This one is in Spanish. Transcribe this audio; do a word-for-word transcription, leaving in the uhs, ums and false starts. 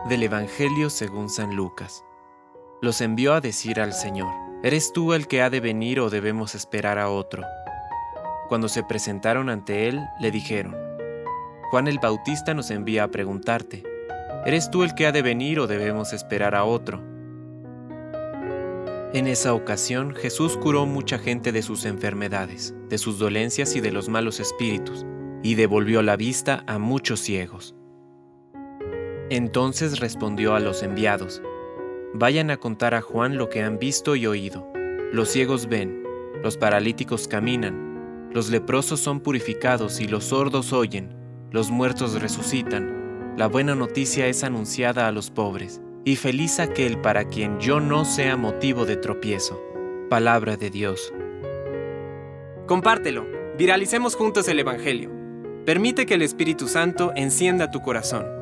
Del Evangelio según San Lucas. Los envió a decir al Señor: ¿Eres tú el que ha de venir o debemos esperar a otro? Cuando se presentaron ante él, le dijeron: Juan el Bautista nos envía a preguntarte: ¿Eres tú el que ha de venir o debemos esperar a otro? En esa ocasión, Jesús curó mucha gente de sus enfermedades, de sus dolencias y de los malos espíritus, y devolvió la vista a muchos ciegos. Entonces respondió a los enviados: Vayan a contar a Juan lo que han visto y oído. Los ciegos ven, los paralíticos caminan, los leprosos son purificados y los sordos oyen, los muertos resucitan. La buena noticia es anunciada a los pobres, y feliz aquel para quien yo no sea motivo de tropiezo. Palabra de Dios. Compártelo, viralicemos juntos el Evangelio. Permite que el Espíritu Santo encienda tu corazón.